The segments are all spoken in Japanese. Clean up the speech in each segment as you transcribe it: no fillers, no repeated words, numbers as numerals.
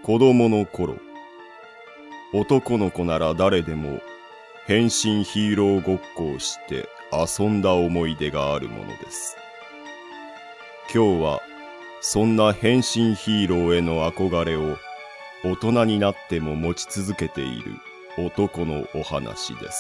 子供の頃、男の子なら誰でも変身ヒーローごっこをして遊んだ思い出があるものです。今日はそんな変身ヒーローへの憧れを大人になっても持ち続けている男のお話です。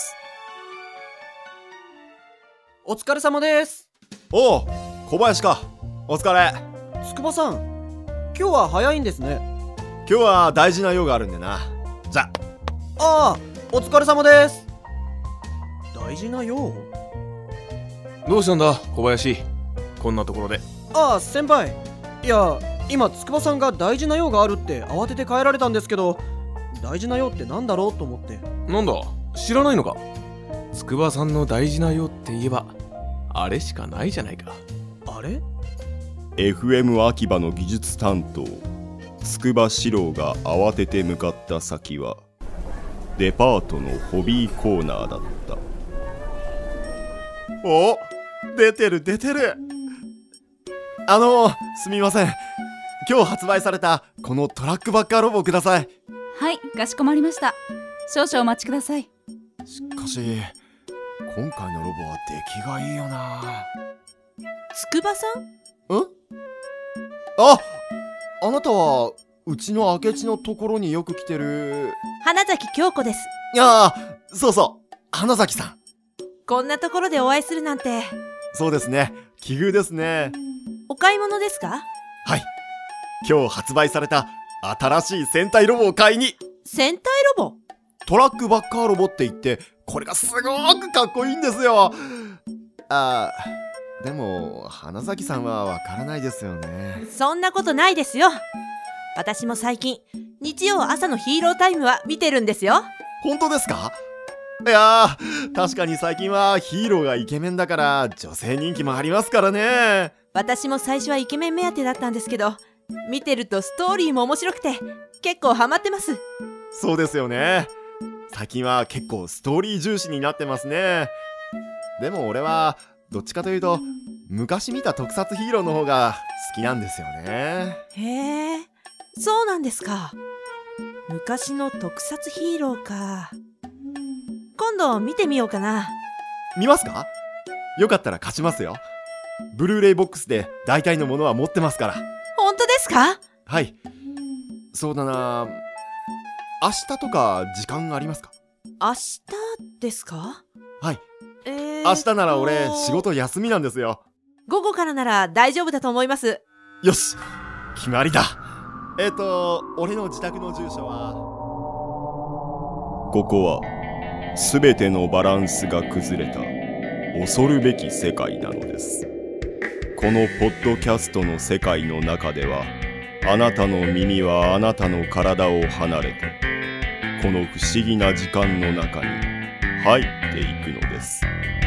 お疲れ様です。 おう、小林か。お疲れ。 筑波さん、今日は早いんですね。 今日は大事な用があるんでな。じゃああ、お疲れ様です。大事な用？ どうしたんだ小林、こんなところで。 ああ、先輩。いや、今筑波さんが大事な用があるって慌てて帰られたんですけど、大事な用ってなんだろうと思って。 なんだ、知らないのか。筑波さんの大事な用って言えばあれしかないじゃないか。 あれ？ FM 秋葉の技術担当筑波四郎が慌てて向かった先はデパートのホビーコーナーだった。 お、出てる。すみません。今日発売されたこのトラックバッカーロボをください。 はい、かしこまりました。少々お待ちください。 しかし今回のロボは出来がいいよな。 筑波さん？ あなたはうちの明智のところによく来てる花崎京子です。 いやー、そう花崎さん。 こんなところでお会いするなんて。 そうですね、奇遇ですね。 お買い物ですか？ はい、今日発売された新しい戦隊ロボを買いに。 戦隊ロボ？ トラックバッカーロボって言って、これがすごくかっこいいんですよ。でも花崎さんはわからないですよね。 そんなことないですよ。私も最近日曜朝のヒーロータイムは見てるんですよ。 本当ですか？いやー、確かに最近はヒーローがイケメンだから女性人気もありますからね。 私も最初はイケメン目当てだったんですけど、見てるとストーリーも面白くて結構ハマってます。 そうですよね。最近は結構ストーリー重視になってますね。でも俺はどっちかというと昔見た特撮ヒーローの方が好きなんですよね。 へえ、そうなんですか。昔の特撮ヒーローか。今度見てみようかな。 見ますか？よかったら貸しますよ。ブルーレイボックスで大体のものは持ってますから。 本当ですか？ はい。そうだな、明日とか時間ありますか？ 明日ですか？ はい、明日なら俺仕事休みなんですよ。 午後からなら大丈夫だと思います。 よし、決まりだ。俺の自宅の住所は。 ここは全てのバランスが崩れた恐るべき世界なのです。このポッドキャストの世界の中では、あなたの耳はあなたの体を離れてこの不思議な時間の中に入っていくのです。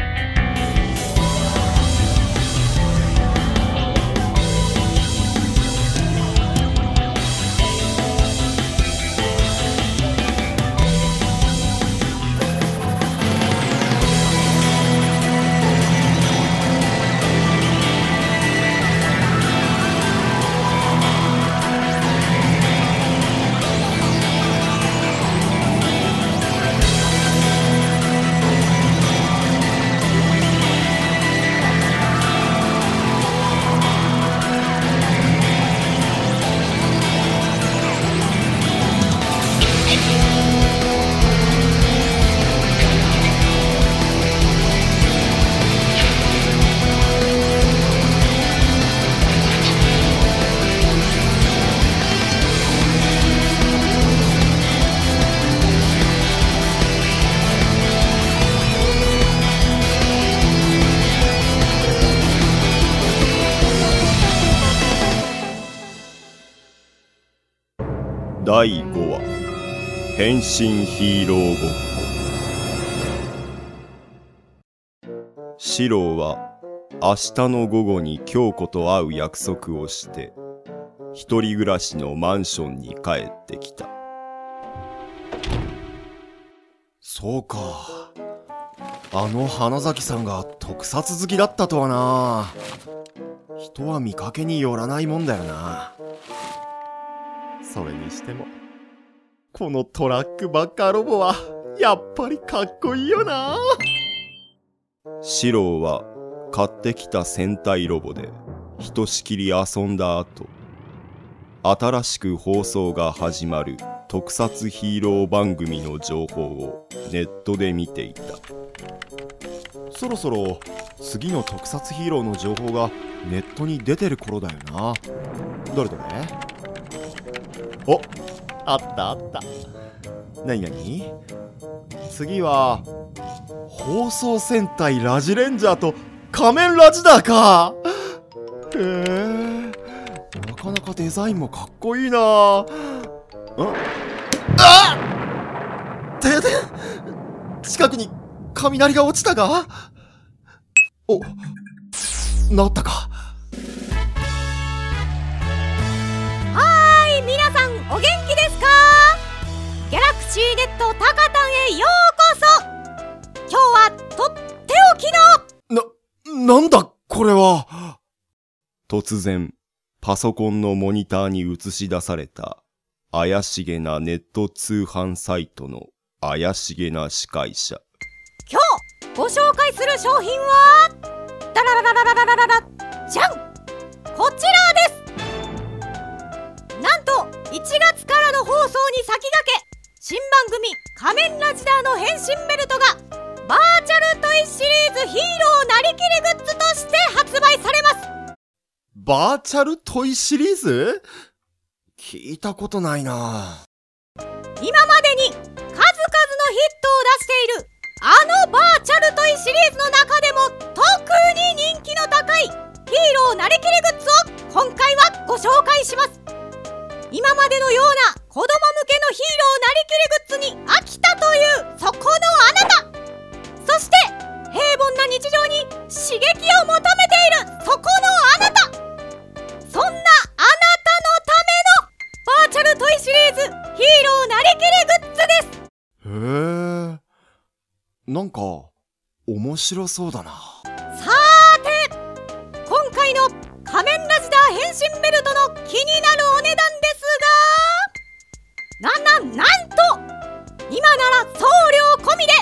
第5話変身ヒーローごっこ。四郎は明日の午後に京子と会う約束をして一人暮らしのマンションに帰ってきた。 そうか、あの花崎さんが特撮好きだったとはな。人は見かけによらないもんだよな。 それにしてもこのトラックバッカーロボはやっぱりかっこいいよな。 シローは買ってきた戦隊ロボでひとしきり遊んだ後、新しく放送が始まる特撮ヒーロー番組の情報をネットで見ていた。 そろそろ次の特撮ヒーローの情報がネットに出てる頃だよな。どれどれ。お、あったあった。なになに。次は放送戦隊ラジレンジャーと仮面ラジダーか。へえ、なかなかデザインもかっこいいな。あっ、停電。近くに雷が落ちたが。お、なったか。 皆さんお元気ですか？ギャラクシーネットタカタンへようこそ。今日はとっておきのなんだこれは。 突然パソコンのモニターに映し出された怪しげなネット通販サイトの怪しげな司会者。 今日ご紹介する商品はダラララララララララじゃん、こちらです。なんと1月からの放送に先駆け、新番組仮面ラジダーの変身ベルトがバーチャルトイシリーズヒーローなりきりグッズとして発売されます。 バーチャルトイシリーズ？聞いたことないな。 今までに数々のヒットを出しているあのバーチャルトイシリーズの中でも特に人気の高いヒーローなりきりグッズを今回はご紹介します。今までのような子供向けのヒーローなりきりグッズに飽きたというそこのあなた、そして平凡な日常に刺激を求めているそこのあなた、そんなあなたのためのバーチャルトイシリーズヒーローなりきりグッズです。 へえ、なんか面白そうだな。 さーて、今回の仮面ラジダー変身ベルトの気になるお値段ですが、なんと今なら送料込みで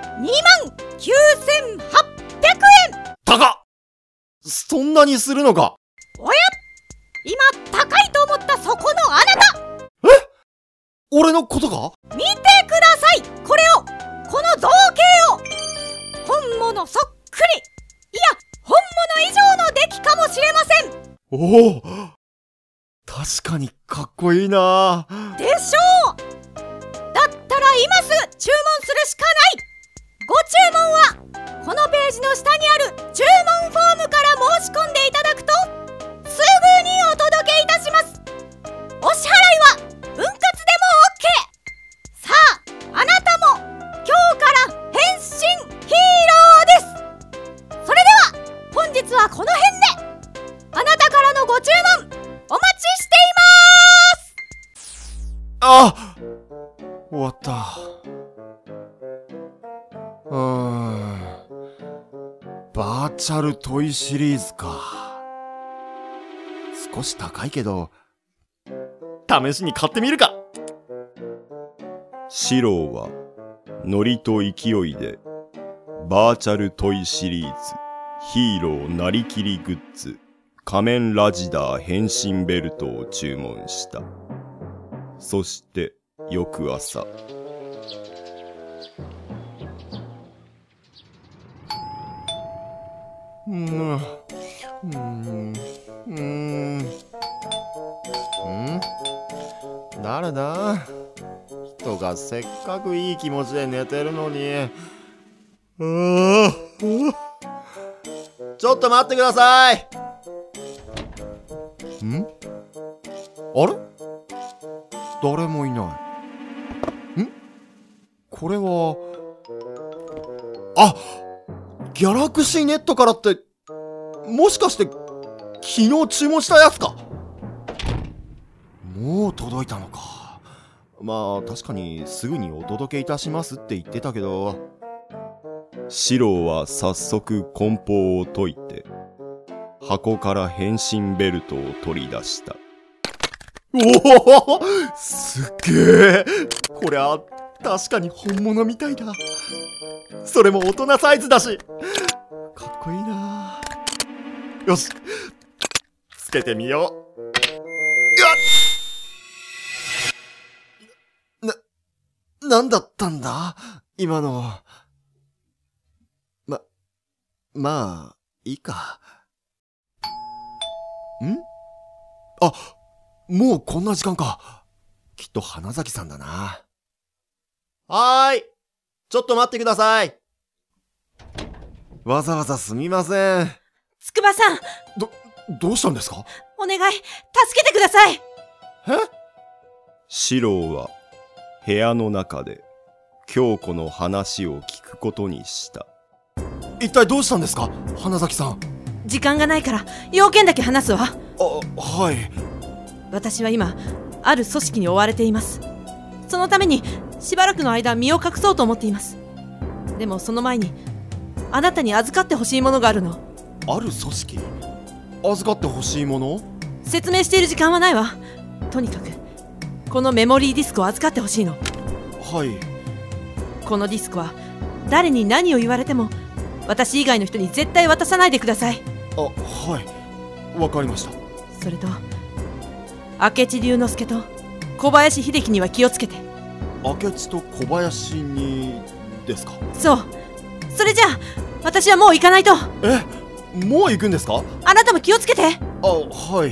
29,800円。 高っ。そんなにするのか。 おや、今高いと思ったそこのあなた、 俺のことか。 見てください、これを、この造形を。本物そっくり、いや本物以上の出来かもしれません。 おお、確かにかっこいいな。 でしょう。だったら今すぐ注文するしかない。ご注文はこのページの下にある注文フォームから申し込んでいただくとすぐにお届けいたします。お支払いは分割でも OK。 さあ、あなたも今日から変身ヒーローです。それでは本日はこの辺で、あなたからのご注文お待ちしています。 あ、終わった。バーチャルトイシリーズか。少し高いけど試しに買ってみるか。 シローはノリと勢いでバーチャルトイシリーズヒーローなりきりグッズ仮面ラジダー変身ベルトを注文した。そして翌朝、 誰だ？人がせっかくいい気持ちで寝てるのに。ちょっと待ってください。あれ？誰もいない。これは、あ、ギャラクシーネットからって、もしかして昨日注文したやつか。もう届いたのか。まあ確かにすぐにお届けいたしますって言ってたけど。 シローは早速梱包を解いて箱から変身ベルトを取り出した。 おお、すっげえ。こりゃ確かに本物みたいだ。それも大人サイズだし、かっこいいな。よし、つけてみよう。なんだったんだ今の。まあいいか。あ、もうこんな時間か。きっと花崎さんだな。はーい。ちょっと待ってください。わざわざすみません。 筑波さん、 どうしたんですか？ お願い、助けてください。 四郎は部屋の中で京子の話を聞くことにした。 一体どうしたんですか、花崎さん。 時間がないから要件だけ話すわ。 はい。 私は今ある組織に追われています。そのためにしばらくの間身を隠そうと思っています。でもその前にあなたに預かってほしいものがあるの。 ある組織？預かってほしいもの？ 説明している時間はないわ。とにかくこのメモリーディスクを預かってほしいの。 はい。 このディスクは誰に何を言われても私以外の人に絶対渡さないでください。 はい、わかりました。 それと明智龍之介と小林秀樹には気をつけて。 明智と小林にですか？ そう。それじゃあ私はもう行かないと。 もう行くんですか？ あなたも気をつけて。 はい。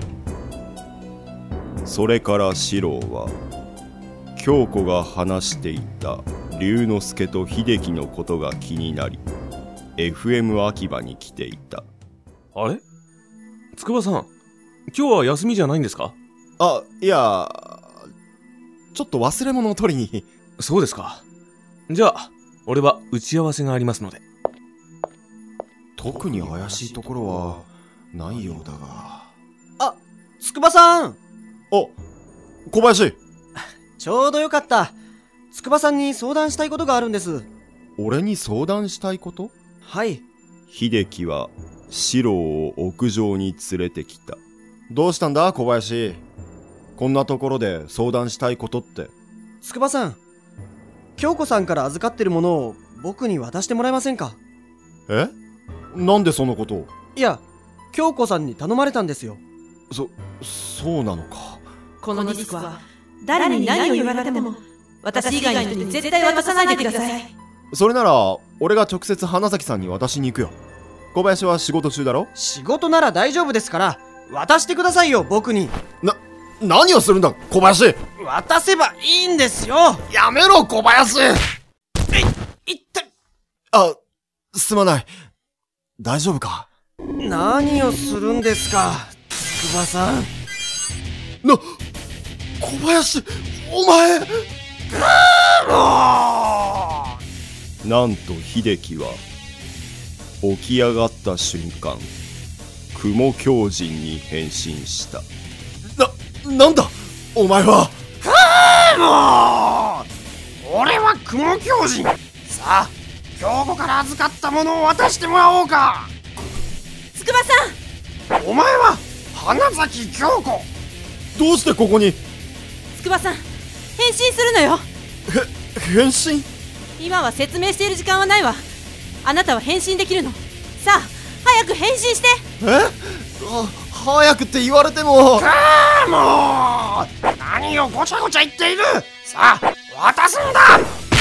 それから四郎は京子が話していた龍之介と秀樹のことが気になり FM 秋葉に来ていた。 あれ、筑波さん、今日は休みじゃないんですか？ いや、ちょっと忘れ物を取りに。 そうですか。じゃあ俺は打ち合わせがありますので。 特に怪しいところはないようだが。 筑波さん、 小林。 ちょうどよかった。筑波さんに相談したいことがあるんです。 俺に相談したいこと？ はい。 秀樹は四郎を屋上に連れてきた。 どうしたんだ小林。こんなところで相談したいことって。 筑波さん、京子さんから預かってるものを僕に渡してもらえませんか？ なんでそのことを？ いや、京子さんに頼まれたんですよ。 そうなのか。 このディスクは誰に何を言われても私以外の人に絶対渡さないでください。 それなら俺が直接花崎さんに渡しに行くよ。小林は仕事中だろ？ 仕事なら大丈夫ですから渡してくださいよ、僕に。 何をするんだ小林。 渡せばいいんですよ。 やめろ小林。 いったい。 すまない。大丈夫か？ 何をするんですか筑波さん。 小林、お前。 なんと秀樹は起き上がった瞬間雲狂人に変身した。 なんだお前は。 俺は雲狂人。さあ、京子から預かったものを渡してもらおうか。 筑波さん。 お前は花崎京子。 どうしてここに？ 筑波さん、変身するのよ。 変身？ 今は説明している時間はないわ。あなたは変身できるの。さあ早く変身して。 早くって言われても。 もう何をごちゃごちゃ言っている。さあ渡すんだ。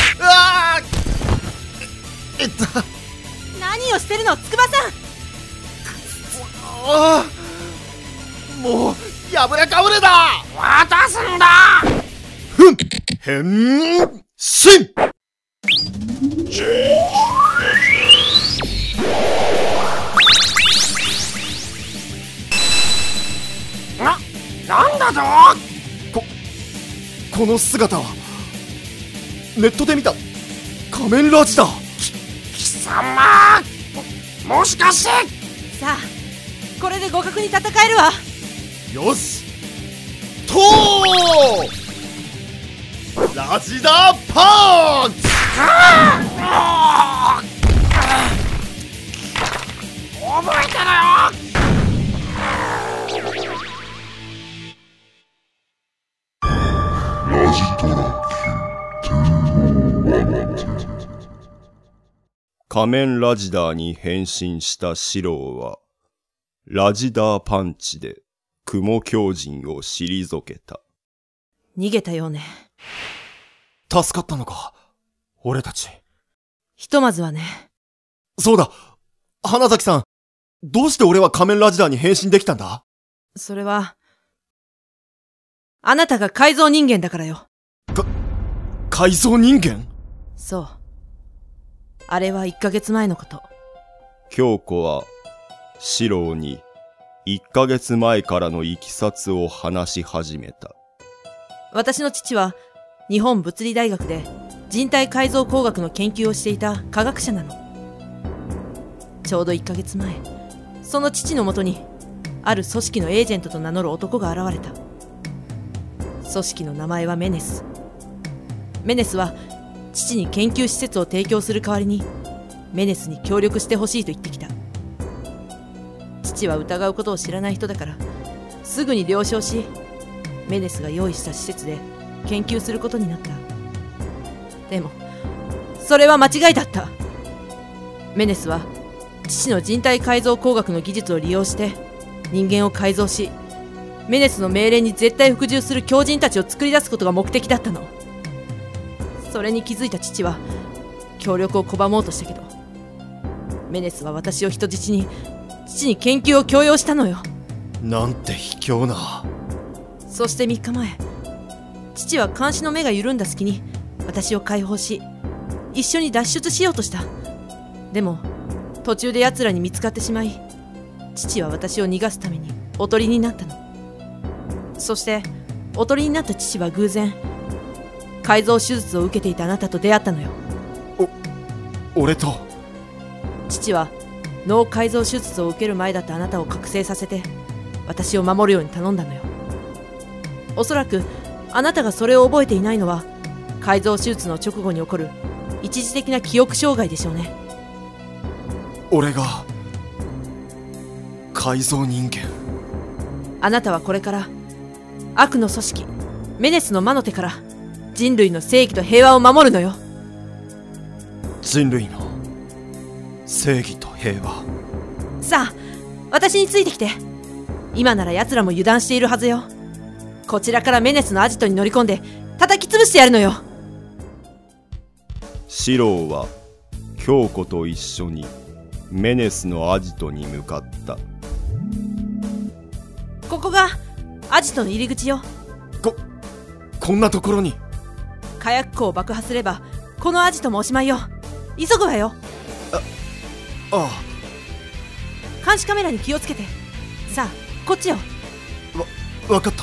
何をしてるの筑波さん。 もう破れかぶれだ。 渡すんだ。 変身。 なんだと？ この姿はネットで見た仮面ラジだ。 貴様、もしかして。 さあこれで互角に戦えるわ。 よしとラジダパンチ。 覚えてろよ。 仮面ラジダーに変身したシローは、ラジダーパンチで雲狂人を退けた。 逃げたようね。 助かったのか、俺たち。 ひとまずはね。 そうだ、花崎さん、どうして俺は仮面ラジダーに変身できたんだ？ それは、あなたが改造人間だからよ。 改造人間？ そう。あれは1ヶ月前のこと。 京子は、シローに1ヶ月前からのいきさつを話し始めた。 私の父は、日本物理大学で人体改造工学の研究をしていた科学者なの。ちょうど1ヶ月前、その父のもとに、ある組織のエージェントと名乗る男が現れた。組織の名前はメネス。メネスは、父に研究施設を提供する代わりに、メネスに協力してほしいと言ってきた。父は疑うことを知らない人だから、すぐに了承し、メネスが用意した施設で研究することになった。でも、それは間違いだった。メネスは、父の人体改造工学の技術を利用して、人間を改造し、メネスの命令に絶対服従する狂人たちを作り出すことが目的だったの。それに気づいた父は協力を拒もうとしたけど、メネスは私を人質に父に研究を強要したのよ。 なんて卑怯な。 そして3日前、父は監視の目が緩んだ隙に私を解放し、一緒に脱出しようとした。でも途中で奴らに見つかってしまい、父は私を逃がすためにおとりになったの。そしておとりになった父は偶然改造手術を受けていたあなたと出会ったのよ。 俺と？ 父は脳改造手術を受ける前だったあなたを覚醒させて私を守るように頼んだのよ。おそらくあなたがそれを覚えていないのは改造手術の直後に起こる一時的な記憶障害でしょうね。 俺が改造人間？ あなたはこれから悪の組織メネスの魔の手から人類の正義と平和を守るのよ。 人類の正義と平和。 さあ、私についてきて。今なら奴らも油断しているはずよ。こちらからメネスのアジトに乗り込んで叩き潰してやるのよ。 シローは京子と一緒にメネスのアジトに向かった。 ここがアジトの入り口よ。 こんなところに。 火薬庫を爆破すればこのアジトもおしまいよ。急ぐわよ。 ああ。 監視カメラに気をつけて。さあ、こっちよ。 わかった。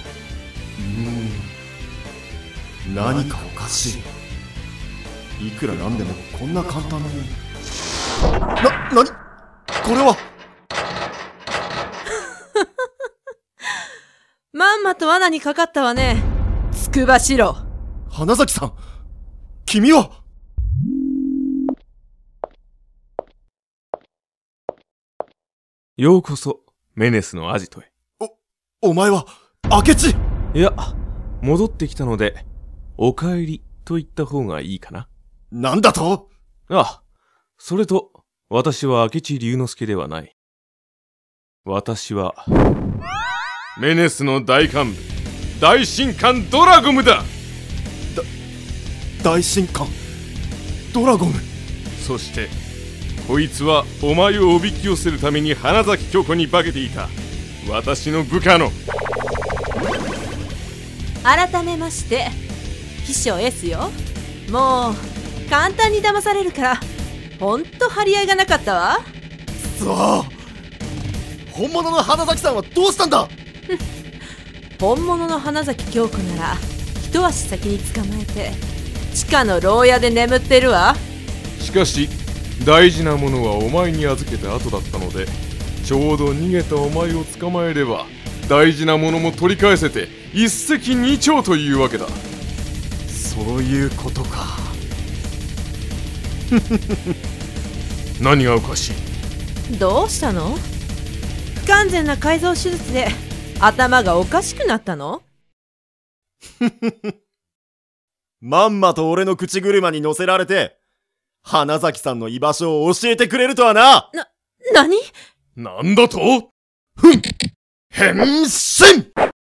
何かおかしい。いくらなんでもこんな簡単に。なにこれは。 まんまと罠にかかったわね、つくばしろ。 花崎さん、君は。 ようこそメネスのアジトへ。 お前は明智？ いや、戻ってきたのでお帰りと言った方がいいかな。 なんだと？ あ、それと私は明智龍之介ではない。私はメネスの大幹部、大神官ドラゴムだ。 大神官ドラゴム。 そしてこいつはお前をおびき寄せるために花崎京子に化けていた私の部下の。 改めまして秘書 S よ。もう簡単に騙されるからほんと張り合いがなかったわ。 さあ、本物の花崎さんはどうしたんだ？ 本物の花崎京子なら一足先に捕まえて地下の牢屋で眠ってるわ。 しかし大事なものはお前に預けた後だったので、ちょうど逃げたお前を捕まえれば大事なものも取り返せて一石二鳥というわけだ。 そういうことか。 何がおかしい？ どうしたの？不完全な改造手術で頭がおかしくなったの？ まんまと俺の口車に乗せられて、花崎さんの居場所を教えてくれるとはな。 何？ なんだと？ 変身！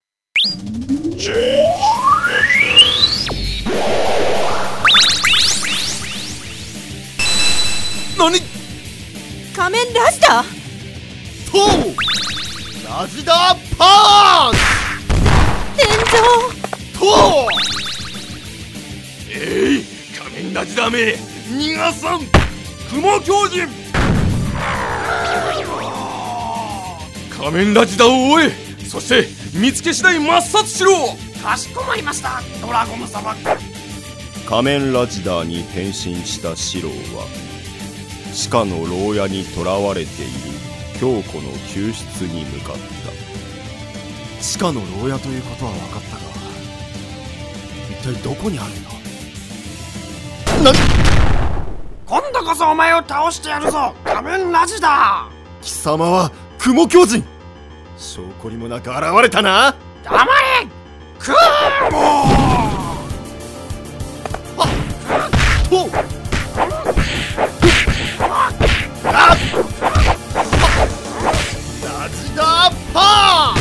何？ 仮面ラジダー？ とラジダーパーン！ 天井！ と仮面ラジダーめ逃がさん！雲狂人！仮面ラジダーを追え！そして見つけ次第抹殺しろ！ かしこまりました、ドラゴム様。 仮面ラジダーに変身したシロウは地下の牢屋に囚われている京子の救出に向かった。 地下の牢屋ということは分かったが、一体どこにあるんだ？ 今度こそお前を倒してやるぞ、仮面ラジダ貴様は雲狂人！証拠にもなく現れたな。 ー。黙れクーボー。 とラジダーパ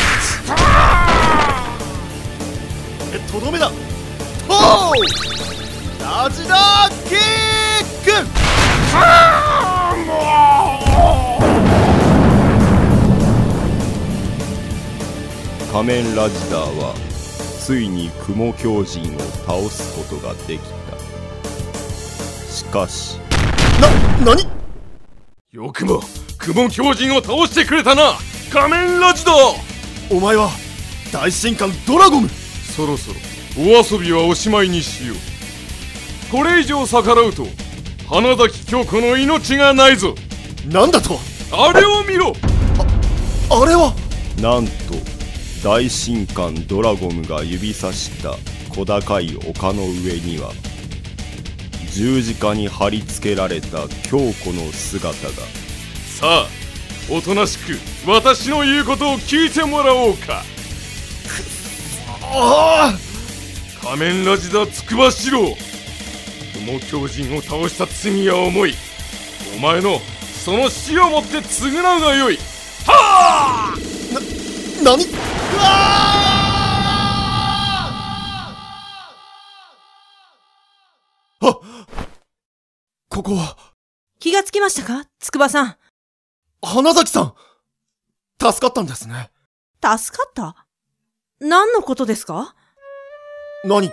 ンチ！とどめだ！とラジダーキック！ 仮面ラジダーはついに雲狂人を倒すことができた。しかし何？ よくも雲狂人を倒してくれたな、仮面ラジダー！ お前は大神官ドラゴム！ そろそろお遊びはおしまいにしよう。これ以上逆らうと花崎京子の命がないぞ。 なんだと？ あれを見ろ！ あれはなんと大神官ドラゴムが指さした小高い丘の上には十字架に貼り付けられた京子の姿が。 さあおとなしく私の言うことを聞いてもらおうか。仮面ラジダつくば四郎、雲狂人を倒した罪は重い。お前のその死をもって償うがよい。はあ！ 何？ここは気がつきましたか、筑波さん。 花崎さん！助かったんですね。 助かった？何のことですか？ 何って、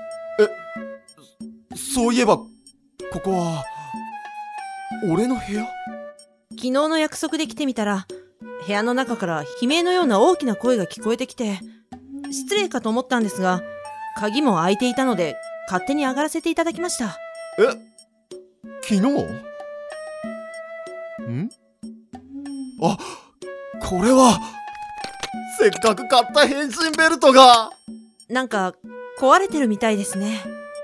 そういえば、ここは、俺の部屋？ 昨日の約束で来てみたら、部屋の中から悲鳴のような大きな声が聞こえてきて、失礼かと思ったんですが、鍵も開いていたので、勝手に上がらせていただきました。 昨日？あ、これは、せっかく買った変身ベルトが。 なんか、壊れてるみたいですね。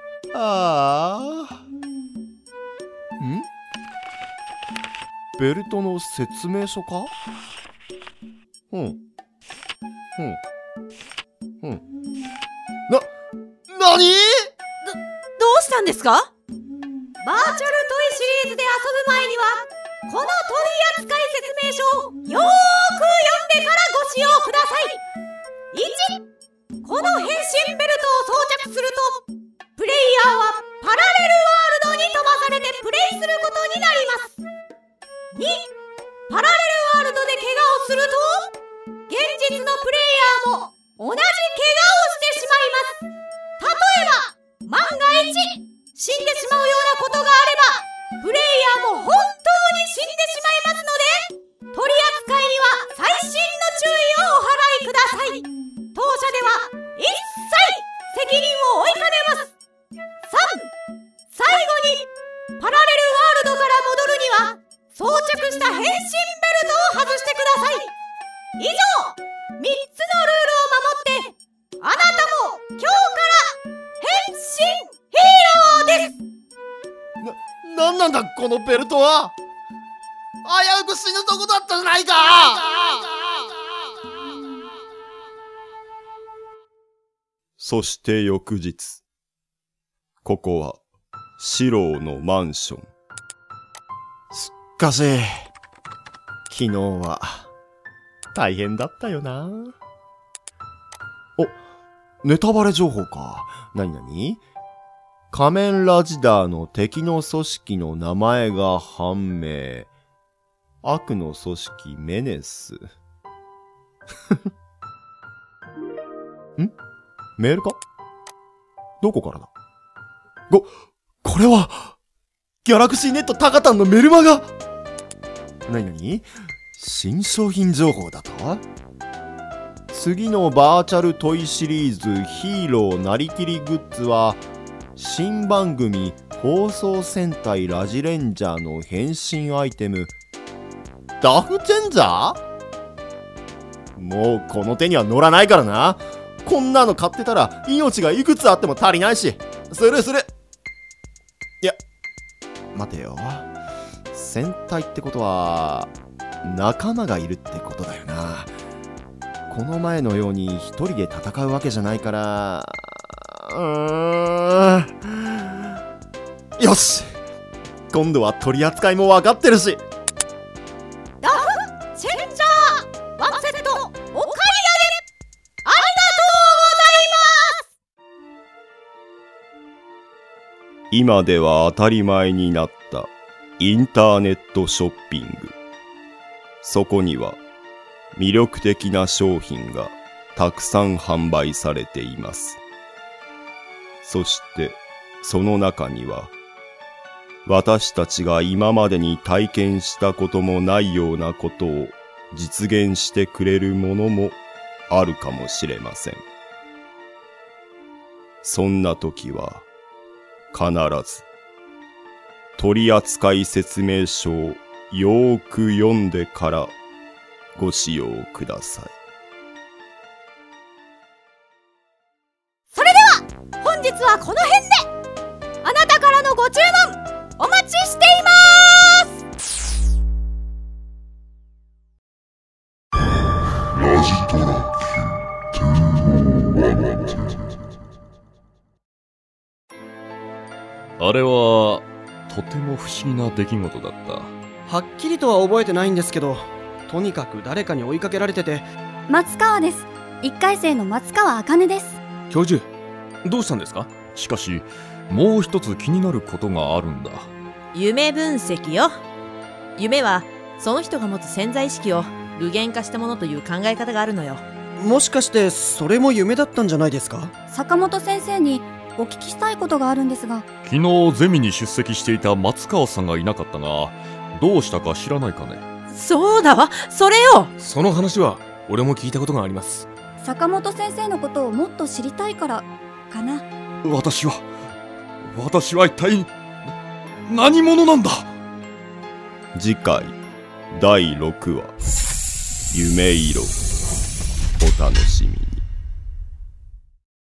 ベルトの説明書か？なに？ どうしたんですか？ バーチャルトイシリーズで遊ぶ前にはこの取扱説明書をよーく読んでからご使用ください。1、この変身ベルトを装着するとプレイヤーはパラレルワールドに飛ばされてプレイすることになります。2、パラレルワールドで怪我をすると現実のプレイヤーも同じ怪我をしてしまいます。例えば万が一死んでしまうようなことがあればプレイヤーも本当に死んでしまいますので、取り扱いには細心の注意をお払いください。当社では一切責任を負いかねます。3、最後にパラレルワールドから戻るには装着した変身ベルトを外してください。以上、3つのルールを守ってあなたも今日から変身ヒーローです。 なんなんだこのベルトは。危うく死ぬとこだったじゃないか。 そして翌日、 ここは四郎のマンション。 しかし、昨日は大変だったよな。お、ネタバレ情報か。なになに？仮面ラジダーの敵の組織の名前が判明。悪の組織メネス。ん？メールか？どこからだ？これは、ギャラクシーネットタカタンのメルマガ！なに新商品情報だと？次のバーチャルトイシリーズヒーローなりきりグッズは、新番組放送戦隊ラジレンジャーの変身アイテム、ダフチェンジャー？もうこの手には乗らないからな。こんなの買ってたら命がいくつあっても足りないし。する。いや、待てよ。戦隊ってことは仲間がいるってことだよな。この前のように一人で戦うわけじゃないから、よし、今度は取り扱いも分かってるし。 ダフチェンジャーワンセットお買い上げありがとうございます。 今では当たり前になったインターネットショッピング。そこには魅力的な商品がたくさん販売されています。そしてその中には私たちが今までに体験したこともないようなことを実現してくれるものもあるかもしれません。そんな時は必ず取扱説明書をよーく読んでからご使用ください。 それでは本日はこの辺で、あなたからのご注文お待ちしています。 ラジトラあれはとても不思議な出来事だった。 はっきりとは覚えてないんですけど、とにかく誰かに追いかけられてて。 松川です。1回生の松川茜です。 教授、どうしたんですか？ しかしもう一つ気になることがあるんだ。 夢分析よ。夢はその人が持つ潜在意識を具現化したものという考え方があるのよ。 もしかしてそれも夢だったんじゃないですか？ 坂本先生にお聞きしたいことがあるんですが。 昨日ゼミに出席していた松川さんがいなかったが、どうしたか知らないかね？ そうだわ、それよ。 その話は俺も聞いたことがあります。 坂本先生のことをもっと知りたいからかな。 私は一体何者なんだ？ 次回第6話夢色、お楽しみに。